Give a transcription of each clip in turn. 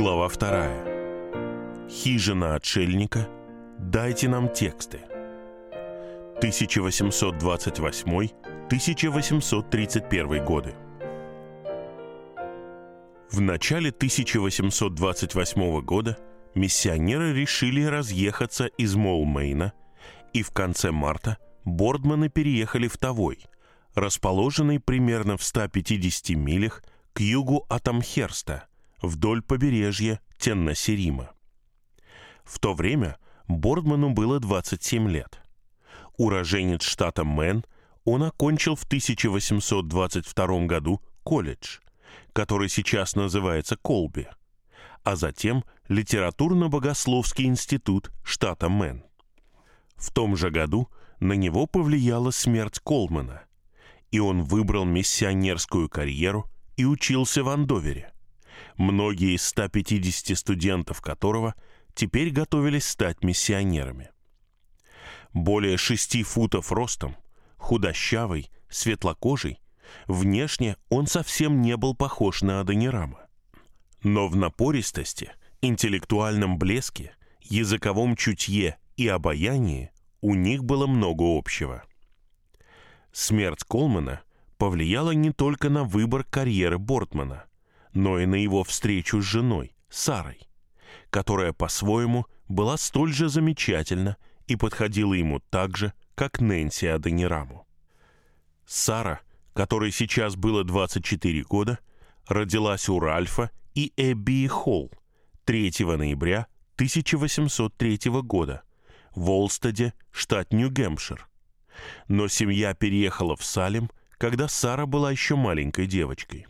Глава 2. Хижина отшельника. Дайте нам тексты. 1828-1831 годы. В начале 1828 года миссионеры решили разъехаться из Моулмейна, и в конце марта Бордманы переехали в Тавой, расположенный примерно в 150 милях к югу от Амхерста, вдоль побережья Теннессерима. В то время Бордману было 27 лет. Уроженец штата Мэн, он окончил в 1822 году колледж, который сейчас называется Колби, а затем литературно-богословский институт штата Мэн. В том же году на него повлияла смерть Колмана, и он выбрал миссионерскую карьеру и учился в Андовере, многие из 150 студентов которого теперь готовились стать миссионерами. Более 6 футов ростом, худощавый, светлокожий, внешне он совсем не был похож на Адонирама. Но в напористости, интеллектуальном блеске, языковом чутье и обаянии у них было много общего. Смерть Колмана повлияла не только на выбор карьеры Бордмана, но и на его встречу с женой, Сарой, которая по-своему была столь же замечательна и подходила ему так же, как Нэнси Адонираму. Сара, которой сейчас было 24 года, родилась у Ральфа и Эбби Холл 3 ноября 1803 года в Олстеде, штат Нью-Гэмпшир. Но семья переехала в Салем, когда Сара была еще маленькой девочкой.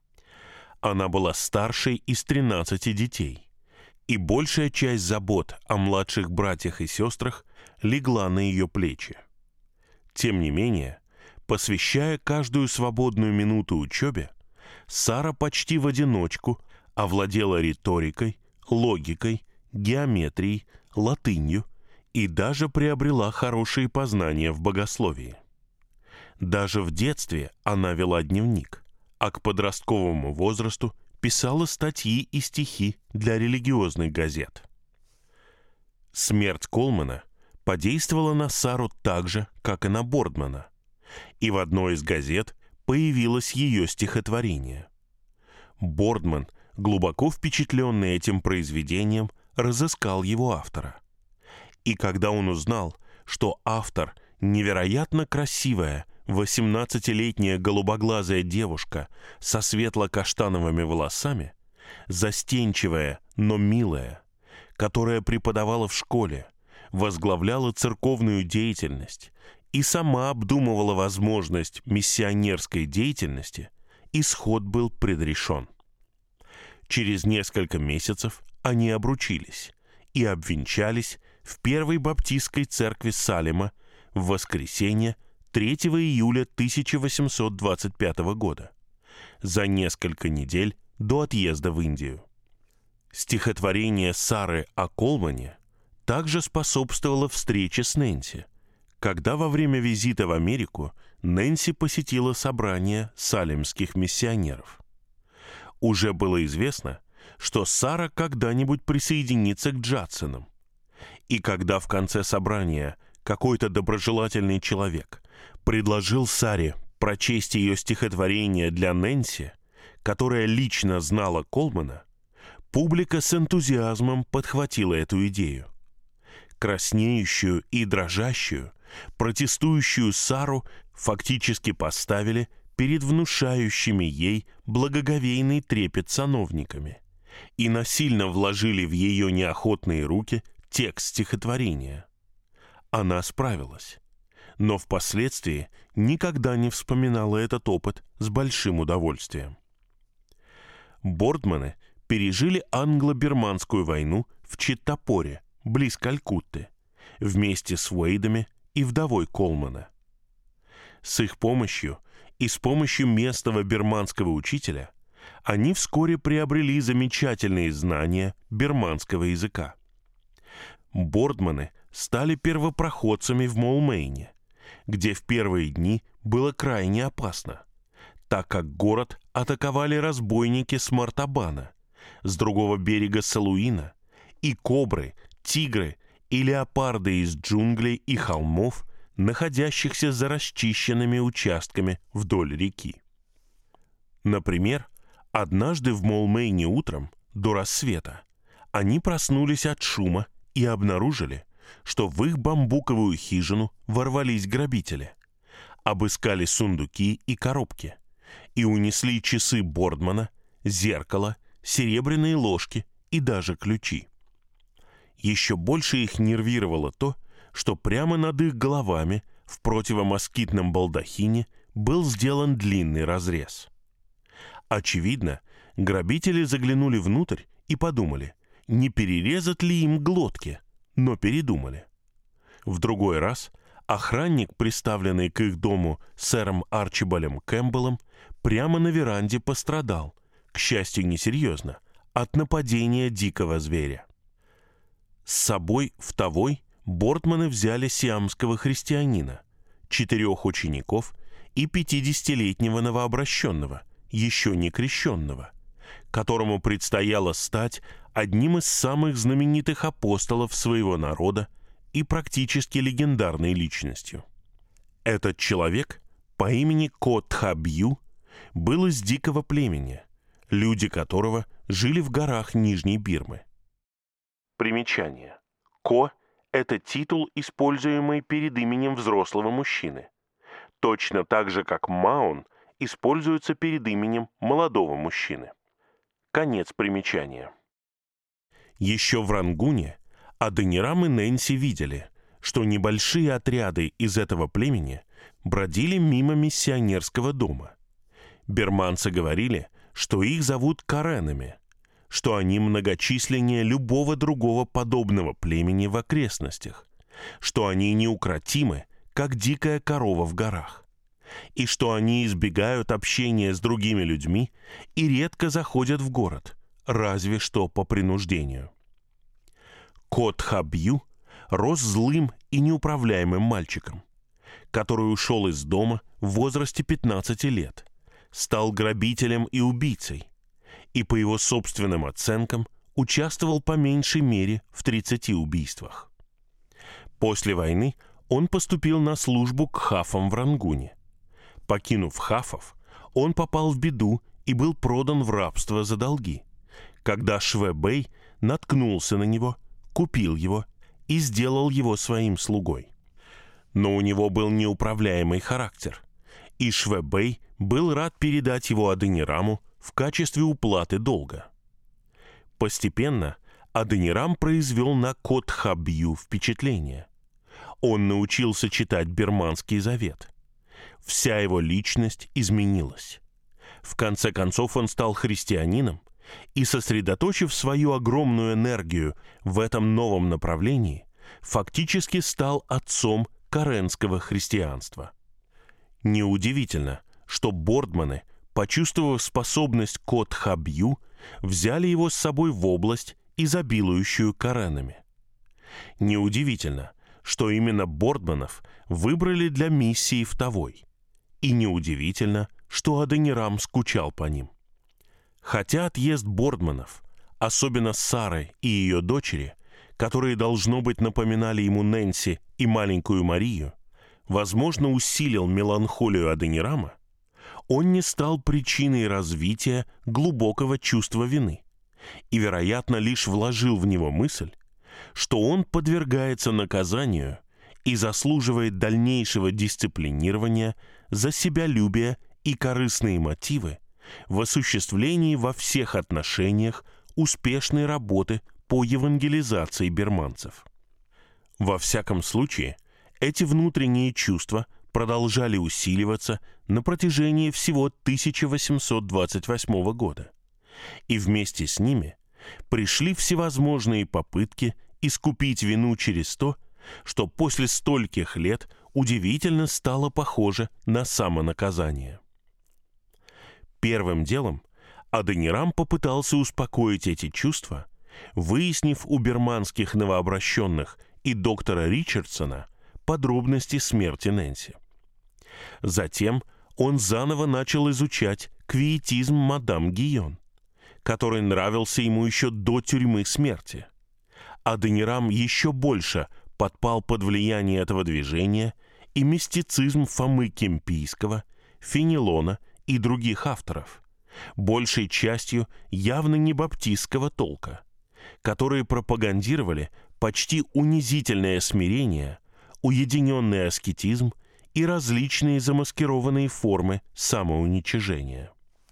Она была старшей из 13 детей, и большая часть забот о младших братьях и сестрах легла на ее плечи. Тем не менее, посвящая каждую свободную минуту учебе, Сара почти в одиночку овладела риторикой, логикой, геометрией, латынью и даже приобрела хорошие познания в богословии. Даже в детстве она вела дневник, а к подростковому возрасту писала статьи и стихи для религиозных газет. Смерть Колмана подействовала на Сару так же, как и на Бордмана, и в одной из газет появилось ее стихотворение. Бордман, глубоко впечатленный этим произведением, разыскал его автора. И когда он узнал, что автор — невероятно красивая 18-летняя голубоглазая девушка со светло-каштановыми волосами, застенчивая, но милая, которая преподавала в школе, возглавляла церковную деятельность и сама обдумывала возможность миссионерской деятельности, исход был предрешен. Через несколько месяцев они обручились и обвенчались в Первой Баптистской церкви Салема в воскресенье 3 июля 1825 года, за несколько недель до отъезда в Индию. Стихотворение Сары о Колмане также способствовало встрече с Нэнси, когда во время визита в Америку Нэнси посетила собрание салемских миссионеров. Уже было известно, что Сара когда-нибудь присоединится к Джадсонам, и когда в конце собрания какой-то доброжелательный человек предложил Саре прочесть ее стихотворение для Нэнси, которая лично знала Колмана, публика с энтузиазмом подхватила эту идею. Краснеющую и дрожащую, протестующую Сару фактически поставили перед внушающими ей благоговейный трепет сановниками и насильно вложили в ее неохотные руки текст стихотворения. Она справилась, но впоследствии никогда не вспоминала этот опыт с большим удовольствием. Бордманы пережили англо-бирманскую войну в Читтапоре, близ Калькутты, вместе с Уэйдами и вдовой Колмана. С их помощью и с помощью местного бирманского учителя они вскоре приобрели замечательные знания бирманского языка. Бордманы стали первопроходцами в Моулмейне, где в первые дни было крайне опасно, так как город атаковали разбойники с Мартабана, с другого берега Салуина, и кобры, тигры и леопарды из джунглей и холмов, находящихся за расчищенными участками вдоль реки. Например, однажды в Молмейне утром, до рассвета, они проснулись от шума и обнаружили, что в их бамбуковую хижину ворвались грабители, обыскали сундуки и коробки и унесли часы Бордмана, зеркало, серебряные ложки и даже ключи. Еще больше их нервировало то, что прямо над их головами в противомоскитном балдахине был сделан длинный разрез. Очевидно, грабители заглянули внутрь и подумали, не перерезать ли им глотки, но передумали. В другой раз охранник, приставленный к их дому сэром Арчибальдом Кэмпбеллом, прямо на веранде пострадал, к счастью, несерьезно, от нападения дикого зверя. С собой в Тавой Бордманы взяли сиамского христианина, 4 учеников и 50-летнего новообращенного, еще не крещенного, которому предстояло стать одним из самых знаменитых апостолов своего народа и практически легендарной личностью. Этот человек по имени Ко Тха-Бью был из дикого племени, люди которого жили в горах Нижней Бирмы. Примечание. Ко – это титул, используемый перед именем взрослого мужчины, точно так же, как Маун используется перед именем молодого мужчины. Конец примечания. Еще в Рангуне Аденирам и Нэнси видели, что небольшие отряды из этого племени бродили мимо миссионерского дома. Бирманцы говорили, что их зовут каренами, что они многочисленнее любого другого подобного племени в окрестностях, что они неукротимы, как дикая корова в горах, и что они избегают общения с другими людьми и редко заходят в город, разве что по принуждению. Ко Тха-Бью рос злым и неуправляемым мальчиком, который ушел из дома в возрасте 15 лет, стал грабителем и убийцей, и, по его собственным оценкам, участвовал по меньшей мере в 30 убийствах. После войны он поступил на службу к хафам в Рангуне. Покинув хафов, он попал в беду и был продан в рабство за долги, когда Шве-бэй наткнулся на него, купил его и сделал его своим слугой. Но у него был неуправляемый характер, и Шве-бэй был рад передать его Аденираму в качестве уплаты долга. Постепенно Аденирам произвел на Ко Тха-Бью впечатление. Он научился читать Бирманский завет. Вся его личность изменилась. В конце концов он стал христианином и, сосредоточив свою огромную энергию в этом новом направлении, фактически стал отцом каренского христианства. Неудивительно, что Бордманы, почувствовав способность Ко Тха-Бью, взяли его с собой в область, изобилующую каренами. Неудивительно, что именно Бордманов выбрали для миссии в Тавой. И неудивительно, что Аденирам скучал по ним. Хотя отъезд Бордманов, особенно Сары и ее дочери, которые, должно быть, напоминали ему Нэнси и маленькую Марию, возможно, усилил меланхолию Аденирама, он не стал причиной развития глубокого чувства вины и, вероятно, лишь вложил в него мысль, что он подвергается наказанию и заслуживает дальнейшего дисциплинирования за себялюбие и корыстные мотивы в осуществлении во всех отношениях успешной работы по евангелизации бирманцев. Во всяком случае, эти внутренние чувства продолжали усиливаться на протяжении всего 1828 года, и вместе с ними пришли всевозможные попытки искупить вину через то, что после стольких лет удивительно стало похоже на самонаказание. Первым делом Аденирам попытался успокоить эти чувства, выяснив у бирманских новообращенных и доктора Ричардсона подробности смерти Нэнси. Затем он заново начал изучать квиетизм мадам Гийон, который нравился ему еще до тюрьмы смерти. Адонирам еще больше подпал под влияние этого движения и мистицизм Фомы Кемпийского, Фенелона и других авторов, большей частью явно не баптистского толка, которые пропагандировали почти унизительное смирение, уединенный аскетизм и различные замаскированные формы самоуничижения.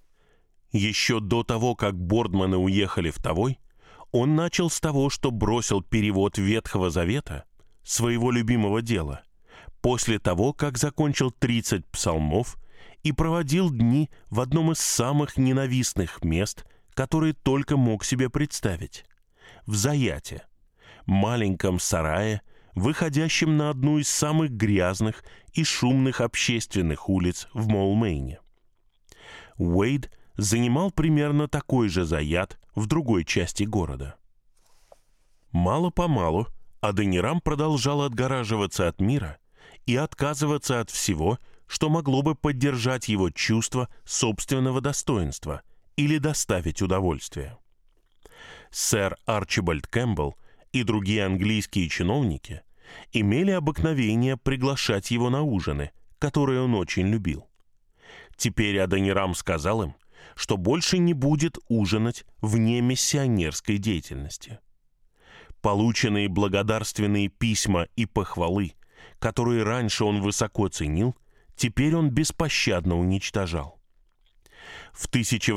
Еще до того, как Бордманы уехали в Тавой, он начал с того, что бросил перевод Ветхого Завета, своего любимого дела, после того, как закончил 30 псалмов и проводил дни в одном из самых ненавистных мест, которые только мог себе представить – в Заяте, маленьком сарае, выходящем на одну из самых грязных и шумных общественных улиц в Моулмейне. Уэйд занимал примерно такой же заят в другой части города. Мало-помалу Адонирам продолжал отгораживаться от мира и отказываться от всего, что могло бы поддержать его чувство собственного достоинства или доставить удовольствие. Сэр Арчибальд Кэмпбелл и другие английские чиновники имели обыкновение приглашать его на ужины, которые он очень любил. Теперь Адонирам сказал им, что больше не будет ужинать вне миссионерской деятельности. Полученные благодарственные письма и похвалы, которые раньше он высоко ценил, теперь он беспощадно уничтожал. В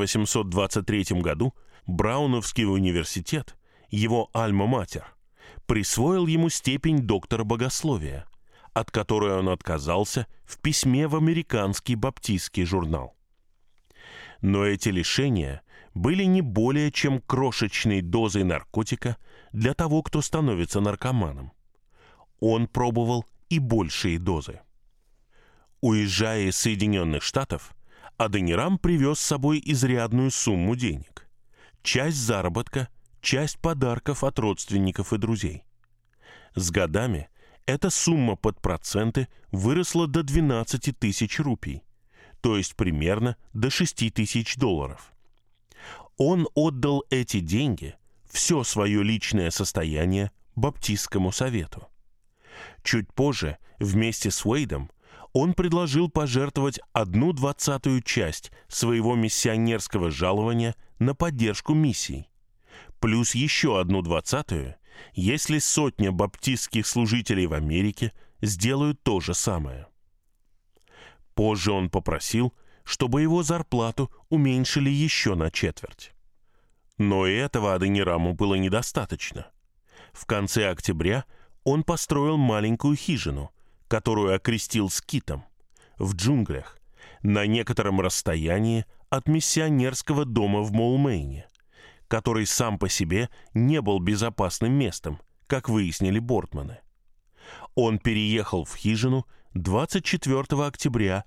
1823 году Брауновский университет, его альма-матер, присвоил ему степень доктора богословия, от которой он отказался в письме в американский баптистский журнал. Но эти лишения были не более чем крошечной дозой наркотика для того, кто становится наркоманом. Он пробовал и большие дозы. Уезжая из Соединенных Штатов, Адонирам привез с собой изрядную сумму денег. Часть заработка, часть подарков от родственников и друзей. С годами эта сумма под проценты выросла до 12 тысяч рупий, то есть примерно до $6000. Он отдал эти деньги, все свое личное состояние, Баптистскому совету. Чуть позже, вместе с Уэйдом, он предложил пожертвовать 1/20 часть своего миссионерского жалования на поддержку миссий, плюс еще 1/20, если 100 баптистских служителей в Америке сделают то же самое. Позже он попросил, чтобы его зарплату уменьшили еще на 1/4. Но и этого Адонираму было недостаточно. В конце октября он построил маленькую хижину, которую окрестил скитом, в джунглях, на некотором расстоянии от миссионерского дома в Моулмейне, который сам по себе не был безопасным местом, как выяснили Бордманы. Он переехал в хижину 24 октября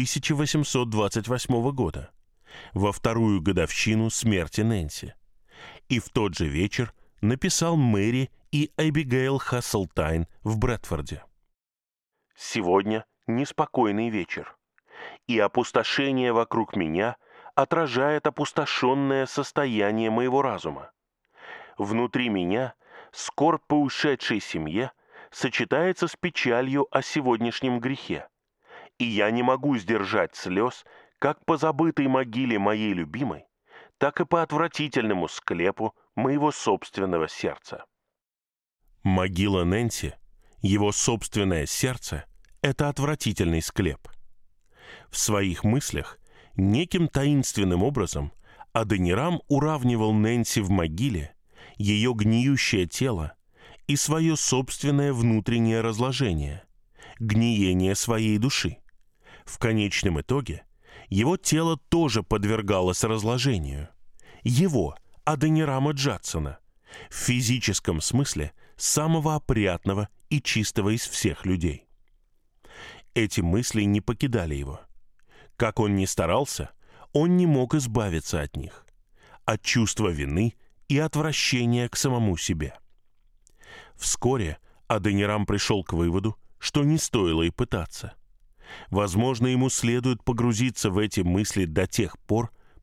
1828 года, во вторую годовщину смерти Нэнси, и в тот же вечер написал Мэри и Эбигейл Хасселтайн в Брэдфорде. «Сегодня неспокойный вечер, и опустошение вокруг меня отражает опустошенное состояние моего разума. Внутри меня скорбь по ушедшей семье сочетается с печалью о сегодняшнем грехе, и я не могу сдержать слез как по забытой могиле моей любимой, так и по отвратительному склепу моего собственного сердца». Могила Нэнси, его собственное сердце, это отвратительный склеп. В своих мыслях неким таинственным образом Адонирам уравнивал Нэнси в могиле, ее гниющее тело и свое собственное внутреннее разложение, гниение своей души. В конечном итоге его тело тоже подвергалось разложению. Его, Адонирама Джадсона, в физическом смысле самого опрятного и чистого из всех людей. Эти мысли не покидали его. Как он ни старался, он не мог избавиться от них, от чувства вины и отвращения к самому себе. Вскоре Адонирам пришел к выводу, что не стоило и пытаться. Возможно, ему следует погрузиться в эти мысли до тех пор,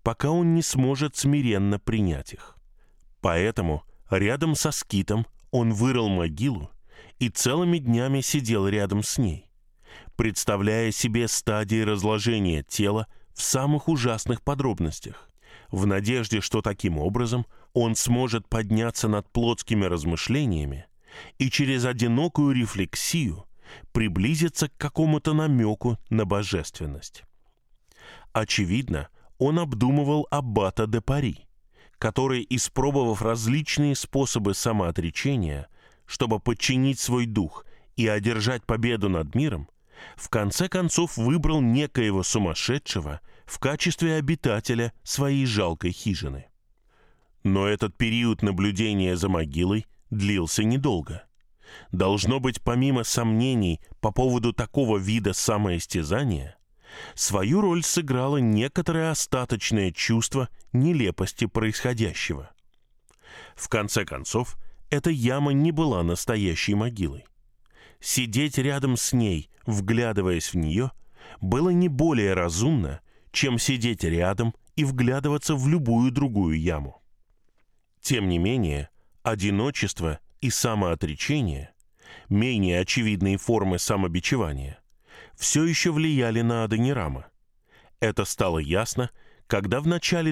пока он не сможет смиренно принять их. Поэтому рядом со скитом он вырыл могилу и целыми днями сидел рядом с ней, представляя себе стадии разложения тела в самых ужасных подробностях, в надежде, что таким образом он сможет подняться над плотскими размышлениями и через одинокую рефлексию приблизиться к какому-то намеку на божественность. Очевидно, он обдумывал аббата де Пари, который, испробовав различные способы самоотречения, чтобы подчинить свой дух и одержать победу над миром, в конце концов выбрал некоего сумасшедшего в качестве обитателя своей жалкой хижины. Но этот период наблюдения за могилой длился недолго. Должно быть, помимо сомнений по поводу такого вида самоистязания, свою роль сыграло некоторое остаточное чувство нелепости происходящего. В конце концов, эта яма не была настоящей могилой. Сидеть рядом с ней, вглядываясь в нее, было не более разумно, чем сидеть рядом и вглядываться в любую другую яму. Тем не менее, одиночество и самоотречение, менее очевидные формы самобичевания, все еще влияли на Адонирама. Это стало ясно, когда в начале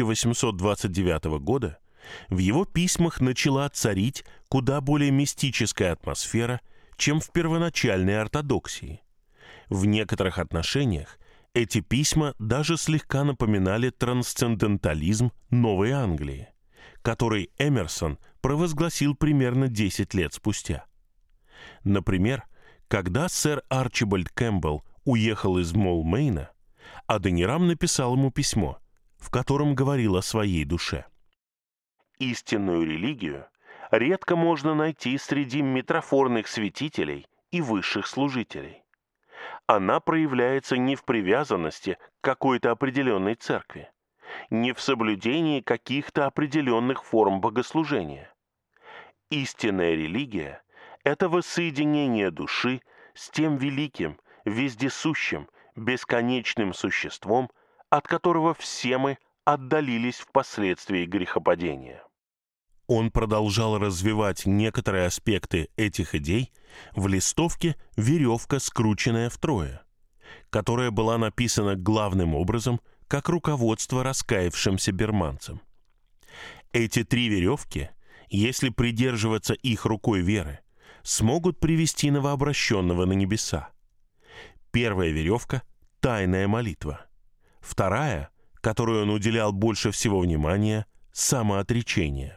1829 года в его письмах начала царить куда более мистическая атмосфера, чем в первоначальной ортодоксии. В некоторых отношениях эти письма даже слегка напоминали трансцендентализм Новой Англии, который Эмерсон провозгласил примерно 10 лет спустя. Например, когда сэр Арчибальд Кэмпбелл уехал из Молмейна, Адонирам написал ему письмо, в котором говорил о своей душе. «Истинную религию редко можно найти среди митрофорных святителей и высших служителей. Она проявляется не в привязанности к какой-то определенной церкви, не в соблюдении каких-то определенных форм богослужения. Истинная религия – это воссоединение души с тем великим, вездесущим, бесконечным существом, от которого все мы отдалились впоследствии грехопадения». Он продолжал развивать некоторые аспекты этих идей в листовке «Веревка, скрученная втрое», которая была написана главным образом как руководство раскаявшимся бирманцам. Эти 3 веревки, если придерживаться их рукой веры, смогут привести новообращенного на небеса. Первая веревка — тайная молитва. Вторая, которой он уделял больше всего внимания — самоотречение.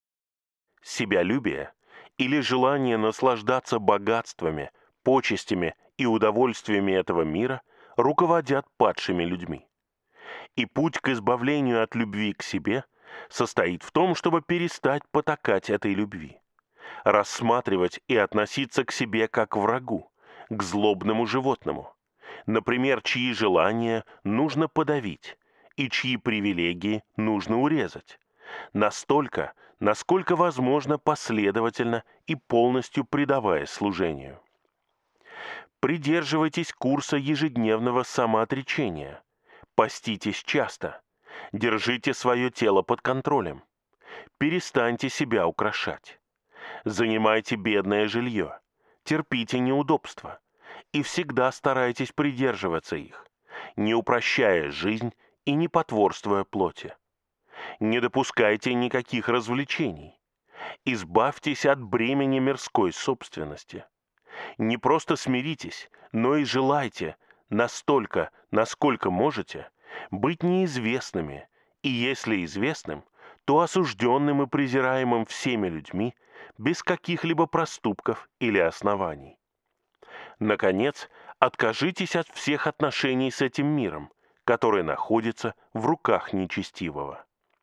Себялюбие или желание наслаждаться богатствами, почестями и удовольствиями этого мира руководят падшими людьми. И путь к избавлению от любви к себе состоит в том, чтобы перестать потакать этой любви, рассматривать и относиться к себе как к врагу, к злобному животному, например, чьи желания нужно подавить и чьи привилегии нужно урезать, настолько, насколько возможно, последовательно и полностью предаваясь служению. Придерживайтесь курса ежедневного самоотречения, поститесь часто, держите свое тело под контролем, перестаньте себя украшать, занимайте бедное жилье, терпите неудобства и всегда старайтесь придерживаться их, не упрощая жизнь и не потворствуя плоти. Не допускайте никаких развлечений. Избавьтесь от бремени мирской собственности. Не просто смиритесь, но и желайте настолько, насколько можете, быть неизвестными, и если известным, то осужденным и презираемым всеми людьми без каких-либо проступков или оснований. Наконец, откажитесь от всех отношений с этим миром, который находится в руках нечестивого.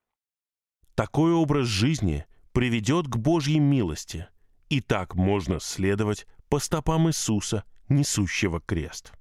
Такой образ жизни приведет к Божьей милости, и так можно следовать по стопам Иисуса, несущего крест.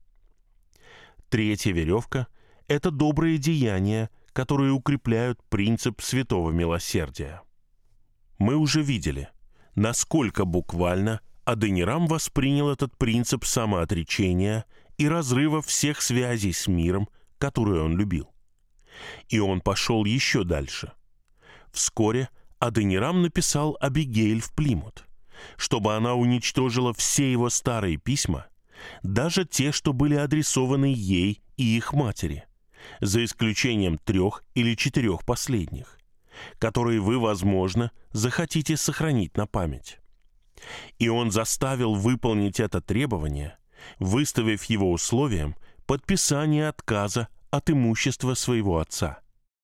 Третья веревка – это добрые деяния, которые укрепляют принцип святого милосердия. Мы уже видели, насколько буквально Адонирам воспринял этот принцип самоотречения и разрыва всех связей с миром, который он любил. И он пошел еще дальше. Вскоре Адонирам написал Абигейль в Плимут, чтобы она уничтожила все его старые письма, даже те, что были адресованы ей и их матери, за исключением 3 или 4 последних, которые вы, возможно, захотите сохранить на память. И он заставил выполнить это требование, выставив его условием подписание отказа от имущества своего отца.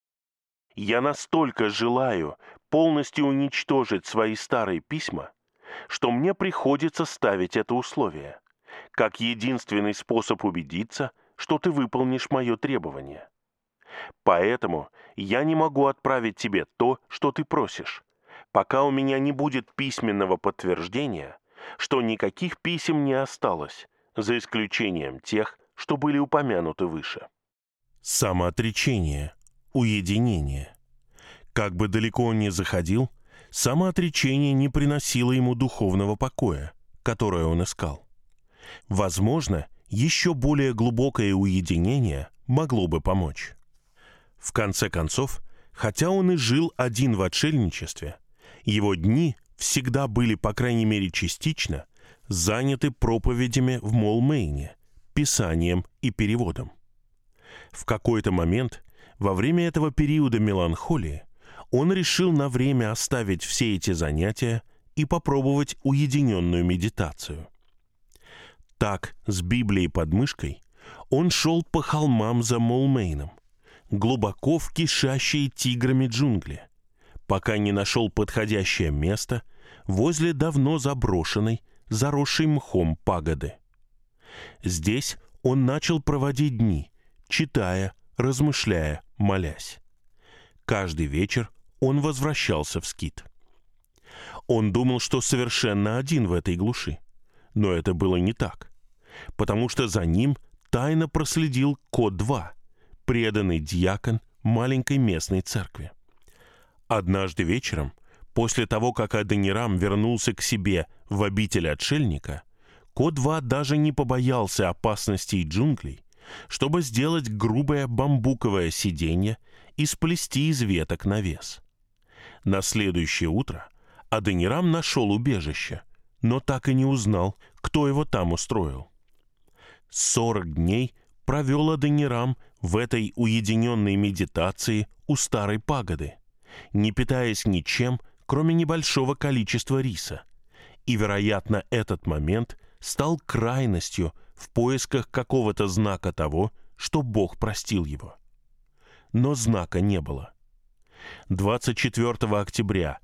Я настолько желаю полностью уничтожить свои старые письма, что мне приходится ставить это условие, как единственный способ убедиться, что ты выполнишь мое требование. Поэтому я не могу отправить тебе то, что ты просишь, пока у меня не будет письменного подтверждения, что никаких писем не осталось, за исключением тех, что были упомянуты выше. Самоотречение, уединение. Как бы далеко он ни заходил, самоотречение не приносило ему духовного покоя, которое он искал. Возможно, еще более глубокое уединение могло бы помочь. В конце концов, хотя он и жил один в отшельничестве, его дни всегда были, по крайней мере частично, заняты проповедями в Молмейне, писанием и переводом. В какой-то момент, во время этого периода меланхолии, он решил на время оставить все эти занятия и попробовать уединенную медитацию. Так, с Библией под мышкой, он шел по холмам за Молмейном, глубоко в кишащие тиграми джунгли, пока не нашел подходящее место возле давно заброшенной, заросшей мхом пагоды. Здесь он начал проводить дни, читая, размышляя, молясь. Каждый вечер он возвращался в скит. Он думал, что совершенно один в этой глуши, но это было не так, потому что за ним тайно проследил Ко-2, преданный диакон маленькой местной церкви. Однажды вечером, после того, как Адонирам вернулся к себе в обитель отшельника, Ко-2 даже не побоялся опасностей джунглей, чтобы сделать грубое бамбуковое сиденье и сплести из веток навес. На следующее утро Адонирам нашел убежище, но так и не узнал, кто его там устроил. 40 дней провел Адонирам в этой уединенной медитации у старой пагоды, не питаясь ничем, кроме небольшого количества риса. И, вероятно, этот момент стал крайностью в поисках какого-то знака того, что Бог простил его. Но знака не было. 24 октября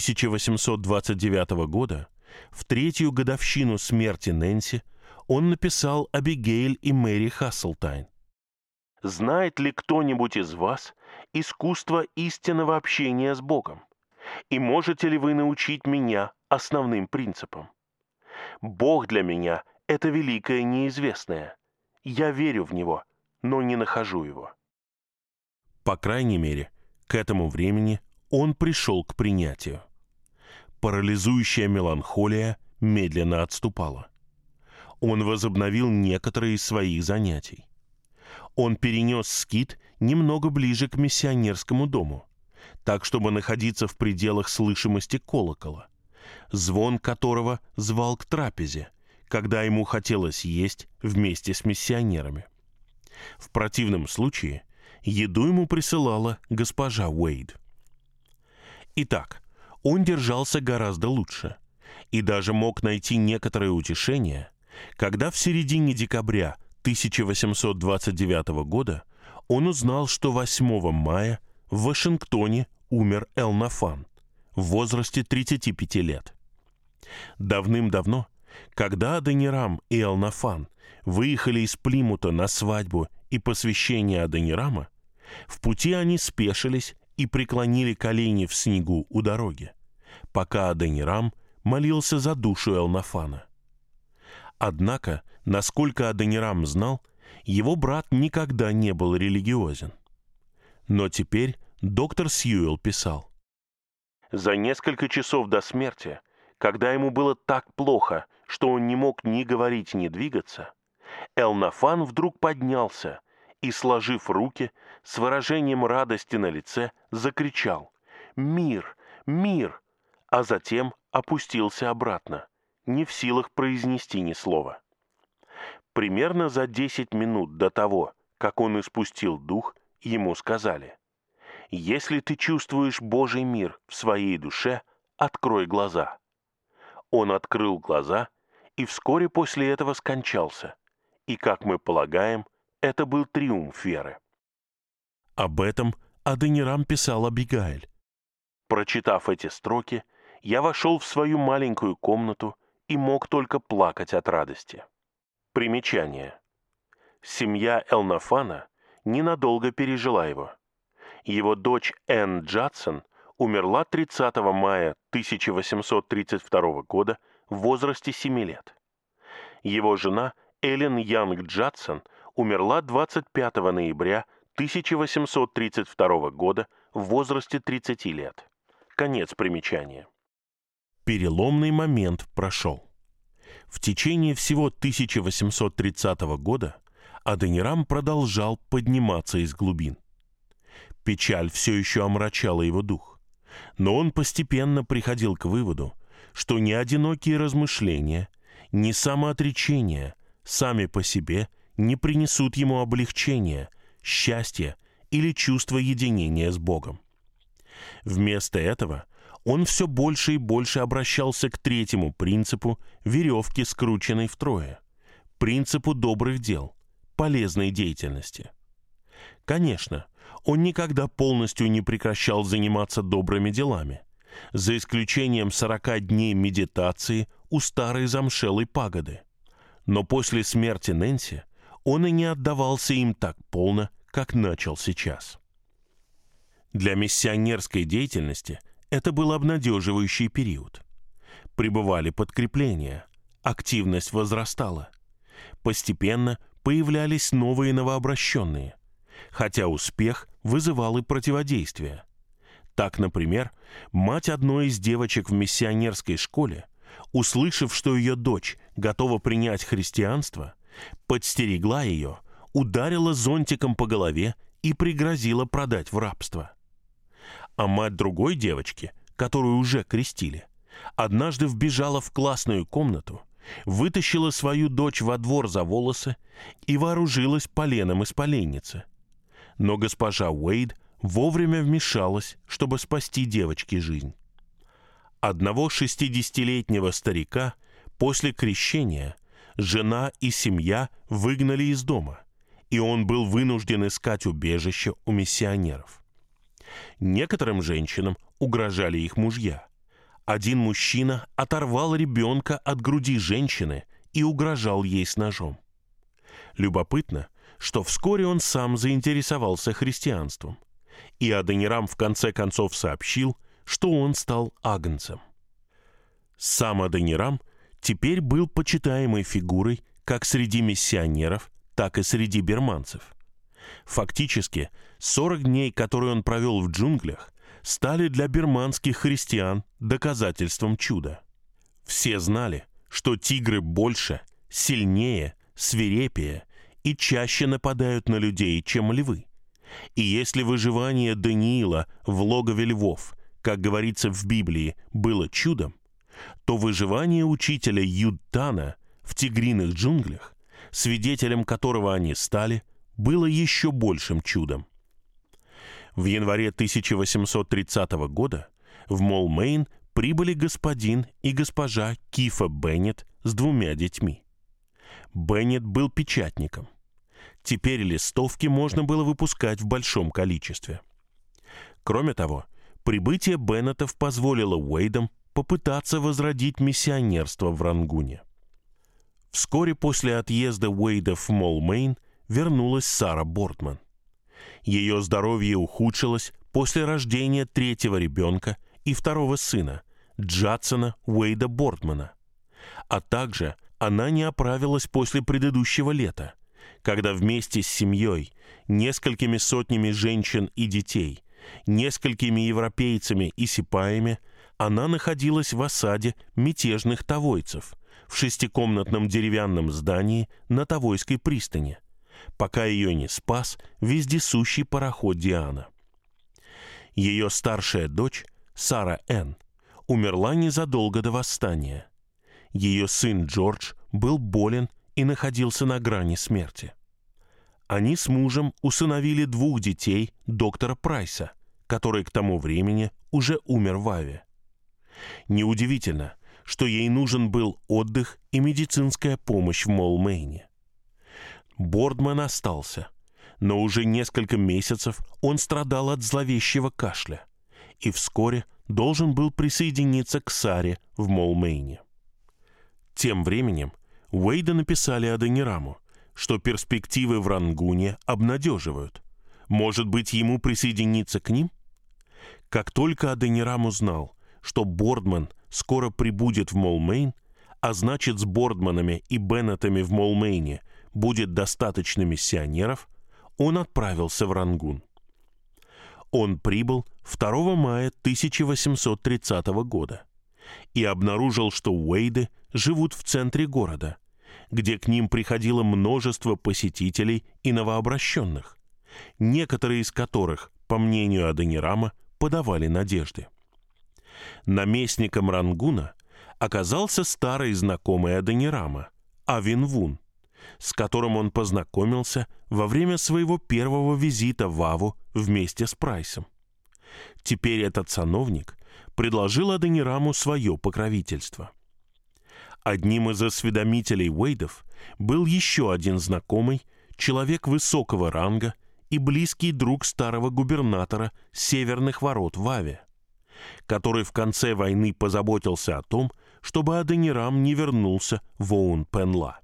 1829 года, в 3-ю годовщину смерти Нэнси, он написал Абигейль и Мэри Хасселтайн: «Знает ли кто-нибудь из вас искусство истинного общения с Богом? И можете ли вы научить меня основным принципам? Бог для меня — это великое неизвестное. Я верю в Него, но не нахожу Его». По крайней мере, к этому времени он пришел к принятию. Парализующая меланхолия медленно отступала. Он возобновил некоторые из своих занятий. Он перенес скит немного ближе к миссионерскому дому, так, чтобы находиться в пределах слышимости колокола, звон которого звал к трапезе, когда ему хотелось есть вместе с миссионерами. В противном случае еду ему присылала госпожа Уэйд. Итак, он держался гораздо лучше и даже мог найти некоторое утешение, когда в середине декабря 1829 года он узнал, что 8 мая в Вашингтоне умер Эл-Нафан в возрасте 35 лет. Давным-давно, когда Адонирам и Эл-Нафан выехали из Плимута на свадьбу и посвящение Адонирама, в пути они спешились и преклонили колени в снегу у дороги, пока Адонирам молился за душу Эл-Нафана. Однако, насколько Адонирам знал, его брат никогда не был религиозен. Но теперь доктор Сьюэлл писал: «За несколько часов до смерти, когда ему было так плохо, что он не мог ни говорить, ни двигаться, Эл-Нафан вдруг поднялся и, сложив руки, с выражением радости на лице, закричал: «Мир! Мир!», а затем опустился обратно, не в силах произнести ни слова. Примерно за 10 минут до того, как он испустил дух, ему сказали: «Если ты чувствуешь Божий мир в своей душе, открой глаза». Он открыл глаза и вскоре после этого скончался. И, как мы полагаем, это был триумф веры. Об этом Адонирам писал Абигайль. Прочитав эти строки, я вошел в свою маленькую комнату и мог только плакать от радости. Примечание. Семья Элнафана ненадолго пережила его. Его дочь Энн Джадсон умерла 30 мая 1832 года в возрасте 7 лет. Его жена Эллен Янг Джадсон умерла 25 ноября 1832 года в возрасте 30 лет. Конец примечания. Переломный момент прошел. В течение всего 1830 года Адонирам продолжал подниматься из глубин. Печаль все еще омрачала его дух, но он постепенно приходил к выводу, что ни одинокие размышления, ни самоотречение сами по себе не принесут ему облегчения, счастья или чувства единения с Богом. Вместо этого он все больше и больше обращался к третьему принципу веревки, скрученной втрое, принципу добрых дел, полезной деятельности. Конечно, он никогда полностью не прекращал заниматься добрыми делами, за исключением 40 дней медитации у старой замшелой пагоды. Но после смерти Нэнси он и не отдавался им так полно, как начал сейчас. Для миссионерской деятельности это был обнадеживающий период. Прибывали подкрепления, активность возрастала. Постепенно появлялись новые новообращенные, хотя успех вызывал и противодействие. Так, например, мать одной из девочек в миссионерской школе, услышав, что ее дочь готова принять христианство, подстерегла ее, ударила зонтиком по голове и пригрозила продать в рабство. А мать другой девочки, которую уже крестили, однажды вбежала в классную комнату, вытащила свою дочь во двор за волосы и вооружилась поленом из поленницы. Но госпожа Уэйд вовремя вмешалась, чтобы спасти девочке жизнь. Одного 60-летнего старика после крещения жена и семья выгнали из дома, и он был вынужден искать убежище у миссионеров. Некоторым женщинам угрожали их мужья. Один мужчина оторвал ребенка от груди женщины и угрожал ей с ножом. Любопытно, что вскоре он сам заинтересовался христианством, и Адонирам в конце концов сообщил, что он стал агнцем. Сам Адонирам теперь был почитаемой фигурой как среди миссионеров, так и среди бирманцев. Фактически, 40 дней, которые он провел в джунглях, стали для бирманских христиан доказательством чуда. Все знали, что тигры больше, сильнее, свирепее и чаще нападают на людей, чем львы. И если выживание Даниила в логове львов, как говорится в Библии, было чудом, то выживание учителя Юдтана в тигриных джунглях, свидетелем которого они стали, было еще большим чудом. В январе 1830 года в Молл-Мейн прибыли господин и госпожа Кифа Беннет с 2 детьми. Беннет был печатником. Теперь листовки можно было выпускать в большом количестве. Кроме того, прибытие Беннетов позволило Уэйдам попытаться возродить миссионерство в Рангуне. Вскоре после отъезда Уэйдов в Молл-Мейн вернулась Сара Бордман. Ее здоровье ухудшилось после рождения 3-го ребенка и 2-го сына, Джадсона Уэйда Бордмана. А также она не оправилась после предыдущего лета, когда вместе с семьей, несколькими сотнями женщин и детей, несколькими европейцами и сипаями она находилась в осаде мятежных тавойцев в 6-комнатном деревянном здании на Тавойской пристани, пока ее не спас вездесущий пароход «Диана». Ее старшая дочь, Сара Энн, умерла незадолго до восстания. Ее сын Джордж был болен и находился на грани смерти. Они с мужем усыновили 2 детей доктора Прайса, который к тому времени уже умер в Аве. Неудивительно, что ей нужен был отдых и медицинская помощь в Моулмейне. Бордман остался, но уже несколько месяцев он страдал от зловещего кашля и вскоре должен был присоединиться к Саре в Моулмейне. Тем временем Уэйда написали Адонираму, что перспективы в Рангуне обнадеживают. Может быть, ему присоединиться к ним? Как только Адонирам узнал, что Бордман скоро прибудет в Моулмейн, а значит, с Бордманами и Беннетами в Моулмейне будет достаточно миссионеров, он отправился в Рангун. Он прибыл 2 мая 1830 года и обнаружил, что Уэйды живут в центре города, где к ним приходило множество посетителей и новообращенных, некоторые из которых, по мнению Адонирама, подавали надежды. Наместником Рангуна оказался старый знакомый Адонирама, Авин Вун, с которым он познакомился во время своего первого визита в Аву вместе с Прайсом. Теперь этот сановник предложил Адонираму свое покровительство. Одним из осведомителей Уэйдов был еще один знакомый, человек высокого ранга и близкий друг старого губернатора Северных ворот в Аве, который в конце войны позаботился о том, чтобы Адонирам не вернулся в Оун-Пенла.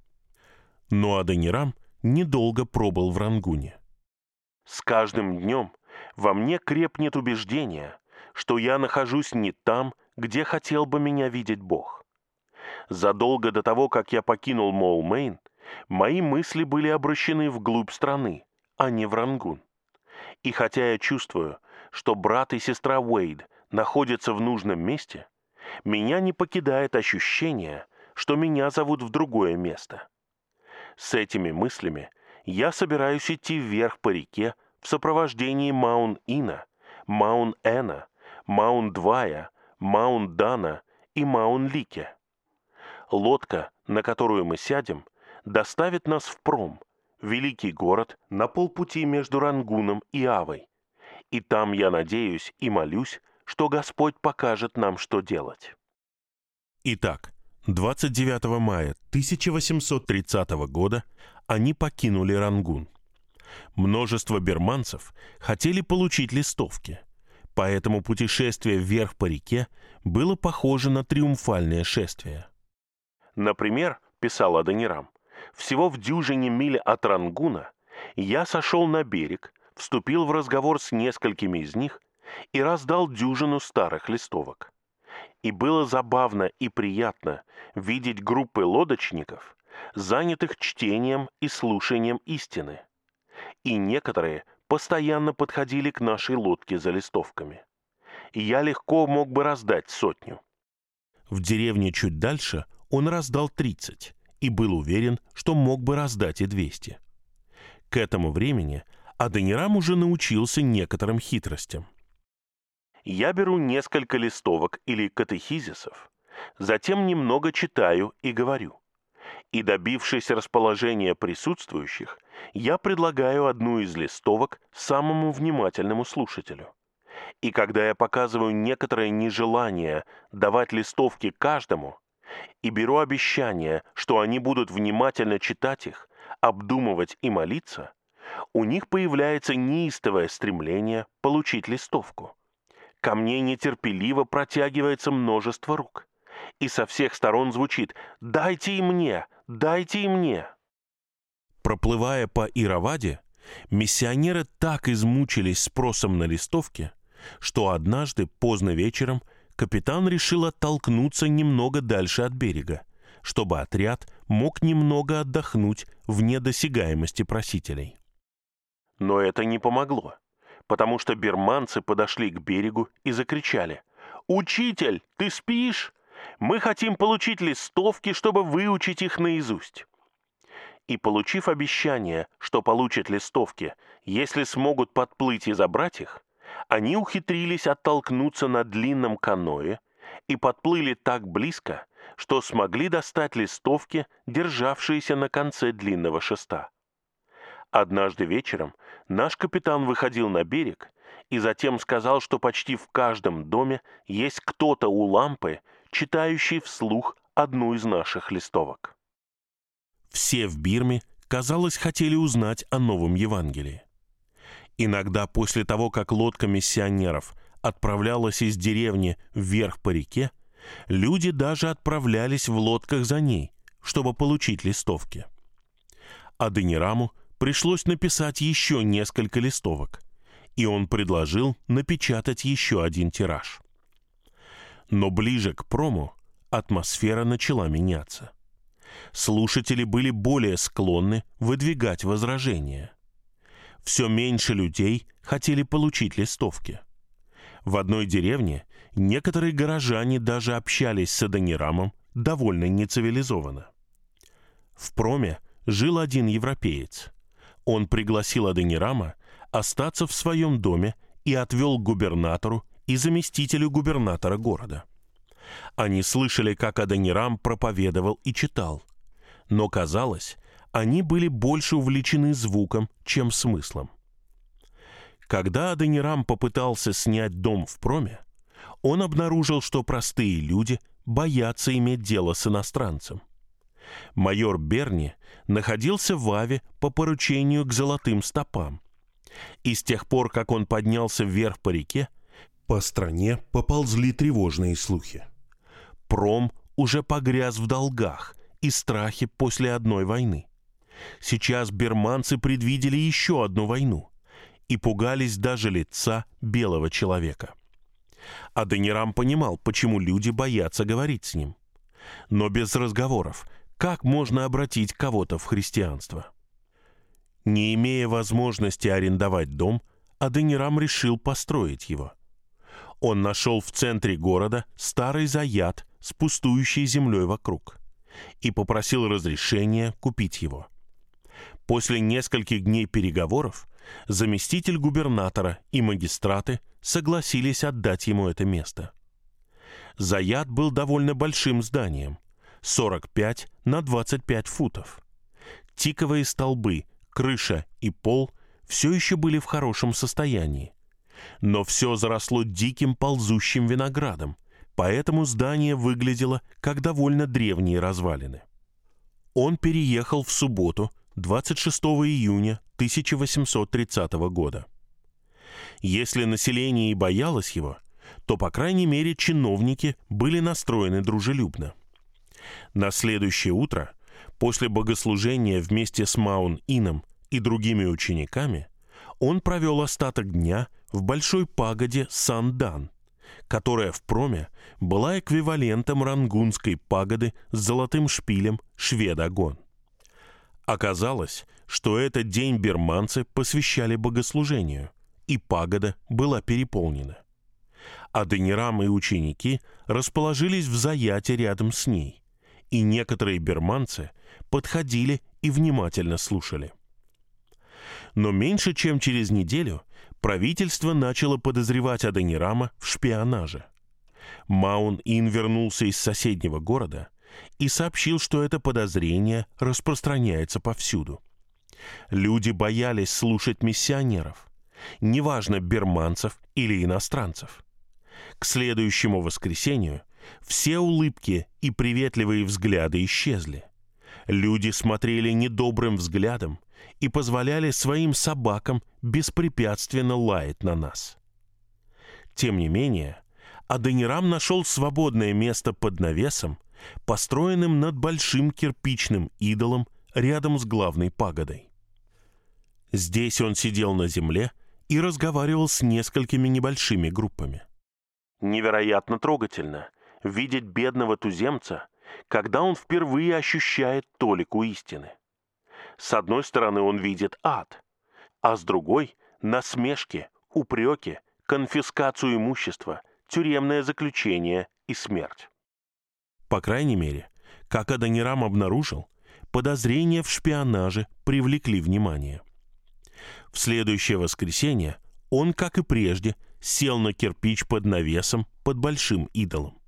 Но Адонирам недолго пробыл в Рангуне. «С каждым днем во мне крепнет убеждение, что я нахожусь не там, где хотел бы меня видеть Бог. Задолго до того, как я покинул Моулмейн, мои мысли были обращены вглубь страны, а не в Рангун. И хотя я чувствую, что брат и сестра Уэйд находятся в нужном месте, меня не покидает ощущение, что меня зовут в другое место. С этими мыслями я собираюсь идти вверх по реке в сопровождении Маун-Ина, Маун-Эна, Маун-Двая, Маун-Дана и Маун-Лике. Лодка, на которую мы сядем, доставит нас в Пром, великий город на полпути между Рангуном и Авой. И там я надеюсь и молюсь, что Господь покажет нам, что делать». Итак, 29 мая 1830 года они покинули Рангун. Множество бирманцев хотели получить листовки, поэтому путешествие вверх по реке было похоже на триумфальное шествие. «Например, — писал Адонирам, — всего в дюжине миль от Рангуна я сошел на берег, вступил в разговор с несколькими из них и раздал дюжину старых листовок. И было забавно и приятно видеть группы лодочников, занятых чтением и слушанием истины. И некоторые постоянно подходили к нашей лодке за листовками. И я легко мог бы раздать 100. В деревне чуть дальше он раздал 30 и был уверен, что мог бы раздать и 200. К этому времени Адонирам уже научился некоторым хитростям. «Я беру несколько листовок или катехизисов, затем немного читаю и говорю. И, добившись расположения присутствующих, я предлагаю одну из листовок самому внимательному слушателю. И когда я показываю некоторое нежелание давать листовки каждому, и беру обещание, что они будут внимательно читать их, обдумывать и молиться, у них появляется неистовое стремление получить листовку. Ко мне нетерпеливо протягивается множество рук, и со всех сторон звучит «Дайте и мне! Дайте и мне!». Проплывая по Ираваде, миссионеры так измучились спросом на листовки, что однажды поздно вечером капитан решил оттолкнуться немного дальше от берега, чтобы отряд мог немного отдохнуть вне досягаемости просителей. Но это не помогло, потому что бирманцы подошли к берегу и закричали: «Учитель, ты спишь? Мы хотим получить листовки, чтобы выучить их наизусть». И, получив обещание, что получат листовки, если смогут подплыть и забрать их, они ухитрились оттолкнуться на длинном каное и подплыли так близко, что смогли достать листовки, державшиеся на конце длинного шеста. Однажды вечером наш капитан выходил на берег и затем сказал, что почти в каждом доме есть кто-то у лампы, читающий вслух одну из наших листовок. Все в Бирме, казалось, хотели узнать о новом Евангелии. Иногда после того, как лодка миссионеров отправлялась из деревни вверх по реке, люди даже отправлялись в лодках за ней, чтобы получить листовки. Аденираму пришлось написать еще несколько листовок, и он предложил напечатать еще один тираж. Но ближе к прому атмосфера начала меняться. Слушатели были более склонны выдвигать возражения. Все меньше людей хотели получить листовки. В одной деревне некоторые горожане даже общались с Аденирамом довольно нецивилизованно. В проме жил один европеец. Он пригласил Аденирама остаться в своем доме и отвел к губернатору и заместителю губернатора города. Они слышали, как Аденирам проповедовал и читал, но, казалось, они были больше увлечены звуком, чем смыслом. Когда Аденирам попытался снять дом в проме, он обнаружил, что простые люди боятся иметь дело с иностранцем. Майор Берни находился в Аве по поручению к Золотым Стопам, и с тех пор, как он поднялся вверх по реке, по стране поползли тревожные слухи. Пром уже погряз в долгах и страхе после одной войны. Сейчас бирманцы предвидели еще одну войну и пугались даже лица белого человека. Аденирам понимал, почему люди боятся говорить с ним. Но без разговоров как можно обратить кого-то в христианство? Не имея возможности арендовать дом, Аденирам решил построить его. Он нашел в центре города старый заят с пустующей землей вокруг и попросил разрешения купить его. После нескольких дней переговоров заместитель губернатора и магистраты согласились отдать ему это место. Заят был довольно большим зданием, 45 на 25 футов. Тиковые столбы, крыша и пол все еще были в хорошем состоянии, но все заросло диким ползущим виноградом, поэтому здание выглядело как довольно древние развалины. Он переехал в субботу, 26 июня 1830 года. Если население и боялось его, то, по крайней мере, чиновники были настроены дружелюбно. На следующее утро, после богослужения вместе с Маун-Ином и другими учениками, он провел остаток дня в большой пагоде Сан-Дан, которая в проме была эквивалентом рангунской пагоды с золотым шпилем Шведагон. Оказалось, что этот день бирманцы посвящали богослужению, и пагода была переполнена. Аденирам и ученики расположились в заяте рядом с ней, и некоторые бирманцы подходили и внимательно слушали. Но меньше чем через неделю правительство начало подозревать Аденирама в шпионаже. Маун-Ин вернулся из соседнего города и сообщил, что это подозрение распространяется повсюду. Люди боялись слушать миссионеров, неважно, бирманцев или иностранцев. К следующему воскресенью все улыбки и приветливые взгляды исчезли. Люди смотрели недобрым взглядом и позволяли своим собакам беспрепятственно лаять на нас. Тем не менее, Аденирам нашел свободное место под навесом, построенным над большим кирпичным идолом рядом с главной пагодой. Здесь он сидел на земле и разговаривал с несколькими небольшими группами. Невероятно трогательно видеть бедного туземца, когда он впервые ощущает толику истины. С одной стороны, он видит ад, а с другой — насмешки, упреки, конфискацию имущества, тюремное заключение и смерть. По крайней мере, как Аденирам обнаружил, подозрения в шпионаже привлекли внимание. В следующее воскресенье он, как и прежде, сел на кирпич под навесом под большим идолом.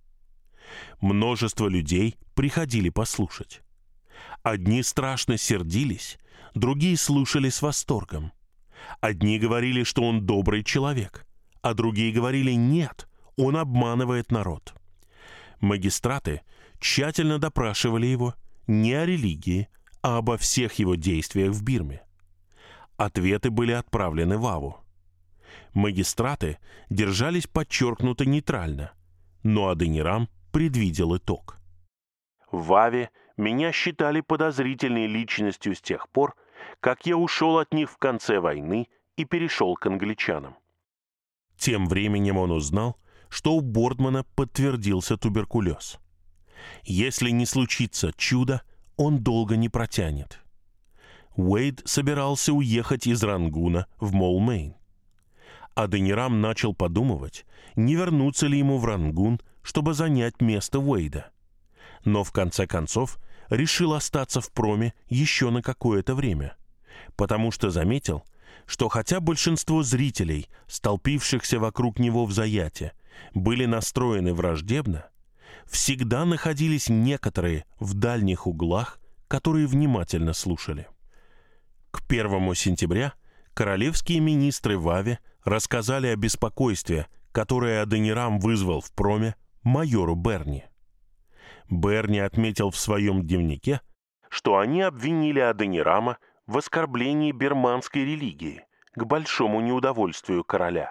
Множество людей приходили послушать. Одни страшно сердились, другие слушали с восторгом. Одни говорили, что он добрый человек, а другие говорили: нет, он обманывает народ. Магистраты тщательно допрашивали его не о религии, а обо всех его действиях в Бирме. Ответы были отправлены в Аву. Магистраты держались подчеркнуто нейтрально, но Аденирам предвидел итог. В Аве меня считали подозрительной личностью с тех пор, как я ушел от них в конце войны и перешел к англичанам. Тем временем он узнал, что у Бордмана подтвердился туберкулез. Если не случится чудо, он долго не протянет. Уэйд собирался уехать из Рангуна в Моулмейн. Аденирам начал подумывать, не вернуться ли ему в Рангун, чтобы занять место Уэйда. Но в конце концов решил остаться в проме еще на какое-то время, потому что заметил, что хотя большинство зрителей, столпившихся вокруг него в Заяте, были настроены враждебно, всегда находились некоторые в дальних углах, которые внимательно слушали. К 1 сентября королевские министры в Аве рассказали о беспокойстве, которое Аденирам вызвал в проме майору Берни. Берни отметил в своем дневнике, что они обвинили Аденирама в оскорблении бирманской религии к большому неудовольствию короля.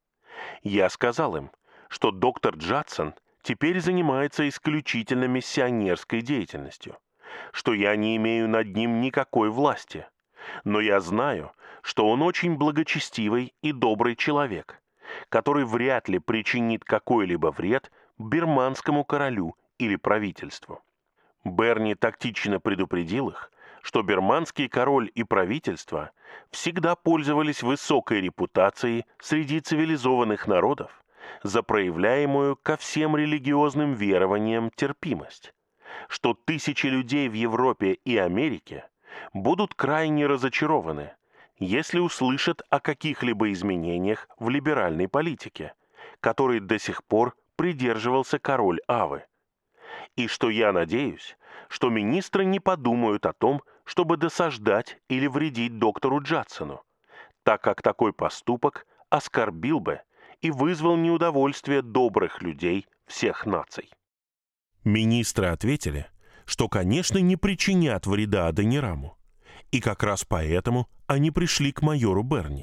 Я сказал им, что доктор Джадсон теперь занимается исключительно миссионерской деятельностью, что я не имею над ним никакой власти, но я знаю, что он очень благочестивый и добрый человек, который вряд ли причинит какой-либо вред бирманскому королю или правительству. Берни тактично предупредил их, что бирманский король и правительство всегда пользовались высокой репутацией среди цивилизованных народов за проявляемую ко всем религиозным верованиям терпимость, что тысячи людей в Европе и Америке будут крайне разочарованы, если услышат о каких-либо изменениях в либеральной политике, которой до сих пор придерживался король Авы, и что я надеюсь, что министры не подумают о том, чтобы досаждать или вредить доктору Джадсону, так как такой поступок оскорбил бы и вызвал неудовольствие добрых людей всех наций. Министры ответили, что, конечно, не причинят вреда Аденираму, и как раз поэтому они пришли к майору Берни.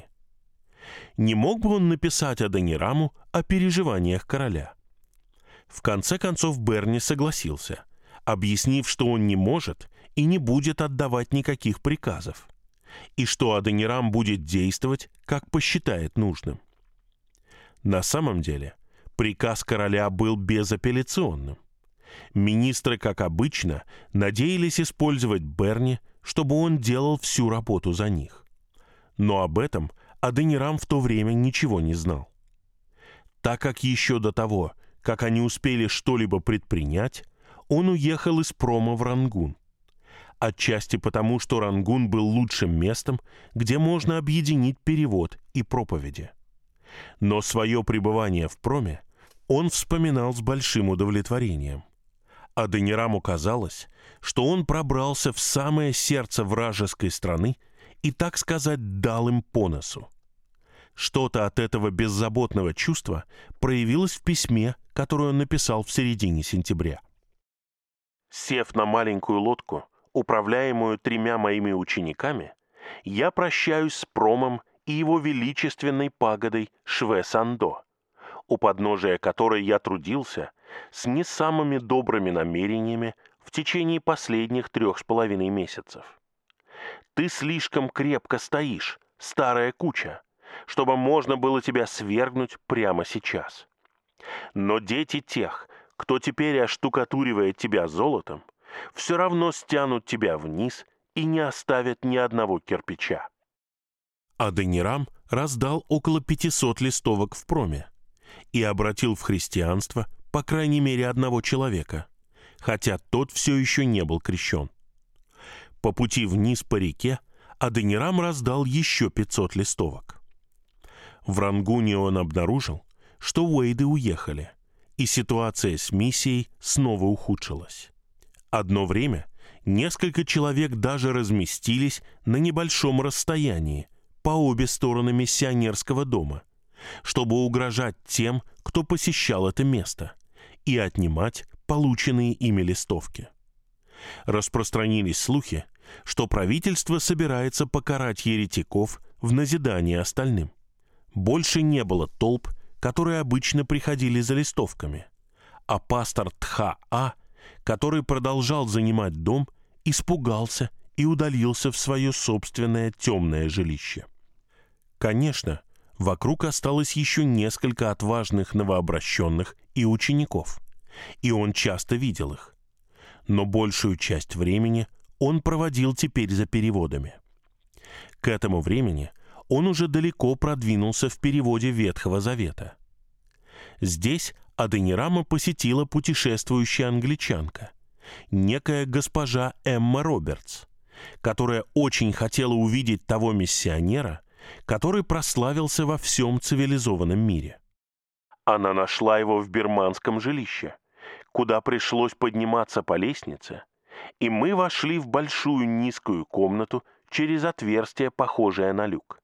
Не мог бы он написать Аденираму о переживаниях короля? В конце концов Берни согласился, объяснив, что он не может и не будет отдавать никаких приказов, и что Аденирам будет действовать, как посчитает нужным. На самом деле, приказ короля был безапелляционным. Министры, как обычно, надеялись использовать Берни, чтобы он делал всю работу за них. Но об этом Аденирам в то время ничего не знал. Так как еще до того, как они успели что-либо предпринять, он уехал из прома в Рангун. Отчасти потому, что Рангун был лучшим местом, где можно объединить перевод и проповеди. Но свое пребывание в проме он вспоминал с большим удовлетворением. Аденираму казалось, что он пробрался в самое сердце вражеской страны и, так сказать, дал им по носу. Что-то от этого беззаботного чувства проявилось в письме, которое он написал в середине сентября. «Сев на маленькую лодку, управляемую 3 моими учениками, я прощаюсь с промом и его величественной пагодой Шве-Сандо, у подножия которой я трудился с не самыми добрыми намерениями в течение последних 3,5 месяцев. Ты слишком крепко стоишь, старая куча, чтобы можно было тебя свергнуть прямо сейчас. Но дети тех, кто теперь оштукатуривает тебя золотом, все равно стянут тебя вниз и не оставят ни одного кирпича». Аденирам раздал около 500 листовок в проме и обратил в христианство по крайней мере одного человека, хотя тот все еще не был крещен. По пути вниз по реке Адонирам раздал еще 500 листовок. В Рангуне он обнаружил, что Уэйды уехали, и ситуация с миссией снова ухудшилась. Одно время несколько человек даже разместились на небольшом расстоянии по обе стороны миссионерского дома, чтобы угрожать тем, кто посещал это место, и отнимать полученные ими листовки. Распространились слухи, что правительство собирается покарать еретиков в назидание остальным. Больше не было толп, которые обычно приходили за листовками, а пастор Тха-А, который продолжал занимать дом, испугался и удалился в свое собственное темное жилище. Конечно, вокруг осталось еще несколько отважных новообращенных и учеников, и он часто видел их. Но большую часть времени он проводил теперь за переводами. К этому времени он уже далеко продвинулся в переводе Ветхого Завета. Здесь Адонирама посетила путешествующая англичанка, некая госпожа Эмма Робертс, которая очень хотела увидеть того миссионера, который прославился во всем цивилизованном мире. Она нашла его в бирманском жилище, куда пришлось подниматься по лестнице, и мы вошли в большую низкую комнату через отверстие, похожее на люк.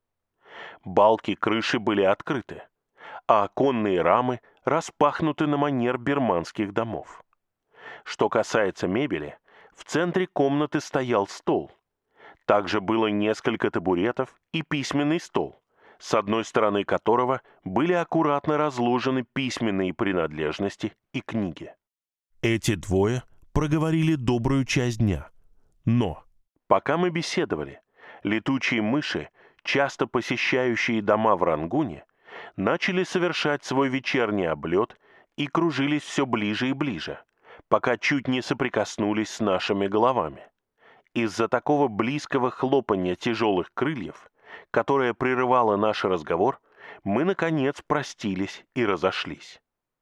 Балки крыши были открыты, а оконные рамы распахнуты на манер бирманских домов. Что касается мебели, в центре комнаты стоял стол. Также было несколько табуретов и письменный стол, с одной стороны которого были аккуратно разложены письменные принадлежности и книги. Эти двое проговорили добрую часть дня, но пока мы беседовали, летучие мыши, часто посещающие дома в Рангуне, начали совершать свой вечерний облет и кружились все ближе и ближе, пока чуть не соприкоснулись с нашими головами. Из-за такого близкого хлопанья тяжелых крыльев, которое прерывало наш разговор, мы, наконец, простились и разошлись.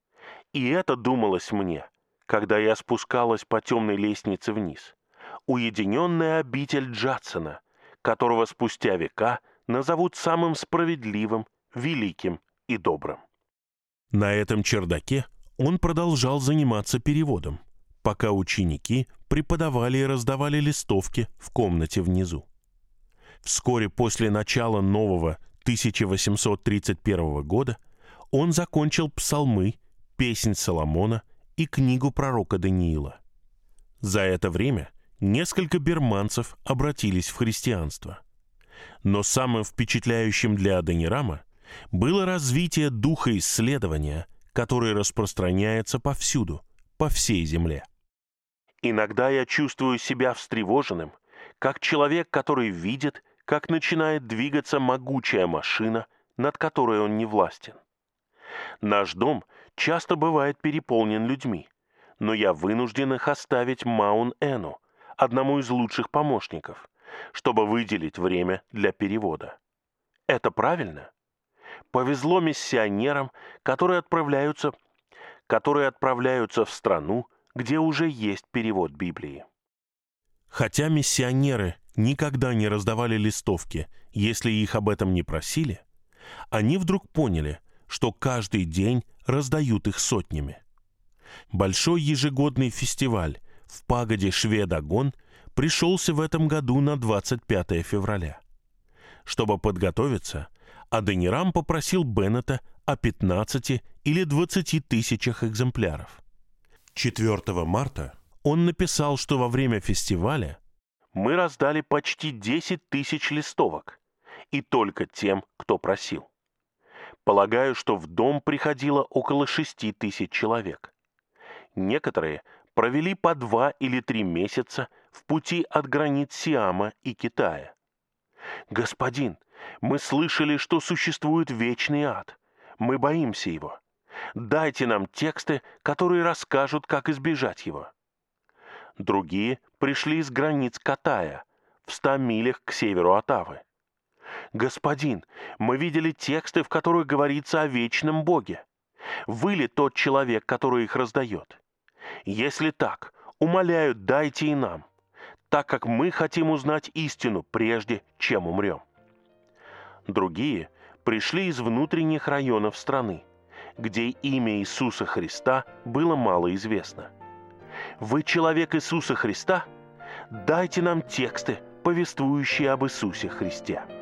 И это думалось мне, когда я спускалась по темной лестнице вниз, уединенная обитель Джадсона, которого спустя века назовут самым справедливым, великим и добрым. На этом чердаке он продолжал заниматься переводом, пока ученики преподавали и раздавали листовки в комнате внизу. Вскоре после начала нового 1831 года он закончил псалмы, песнь Соломона и книгу пророка Даниила. За это время несколько бирманцев обратились в христианство. Но самым впечатляющим для Адонирама было развитие духа исследования, который распространяется повсюду, по всей земле. Иногда я чувствую себя встревоженным, как человек, который видит, как начинает двигаться могучая машина, над которой он не властен. Наш дом часто бывает переполнен людьми, но я вынужден их оставить Маун-Эну, одному из лучших помощников, чтобы выделить время для перевода. Это правильно? Повезло миссионерам, которые отправляются в страну, где уже есть перевод Библии. Хотя миссионеры никогда не раздавали листовки, если их об этом не просили, они вдруг поняли, что каждый день раздают их сотнями. Большой ежегодный фестиваль в пагоде Шве-Дагон пришелся в этом году на 25 февраля. Чтобы подготовиться, Адонирам попросил Беннета о 15 или 20 тысячах экземпляров. 4 марта он написал, что во время фестиваля мы раздали почти 10 тысяч листовок, и только тем, кто просил. Полагаю, что в дом приходило около 6 тысяч человек. Некоторые провели по 2 или 3 месяца в пути от границ Сиама и Китая. «Господин, мы слышали, что существует вечный ад. Мы боимся его. Дайте нам тексты, которые расскажут, как избежать его». Другие пришли из границ Катая, в 100 милях к северу от Авы. «Господин, мы видели тексты, в которых говорится о вечном Боге. Вы ли тот человек, который их раздает? Если так, умоляю, дайте и нам. так как мы хотим узнать истину, прежде чем умрем. Другие пришли из внутренних районов страны, где имя Иисуса Христа было мало известно. Вы человек Иисуса Христа? Дайте нам тексты, повествующие об Иисусе Христе.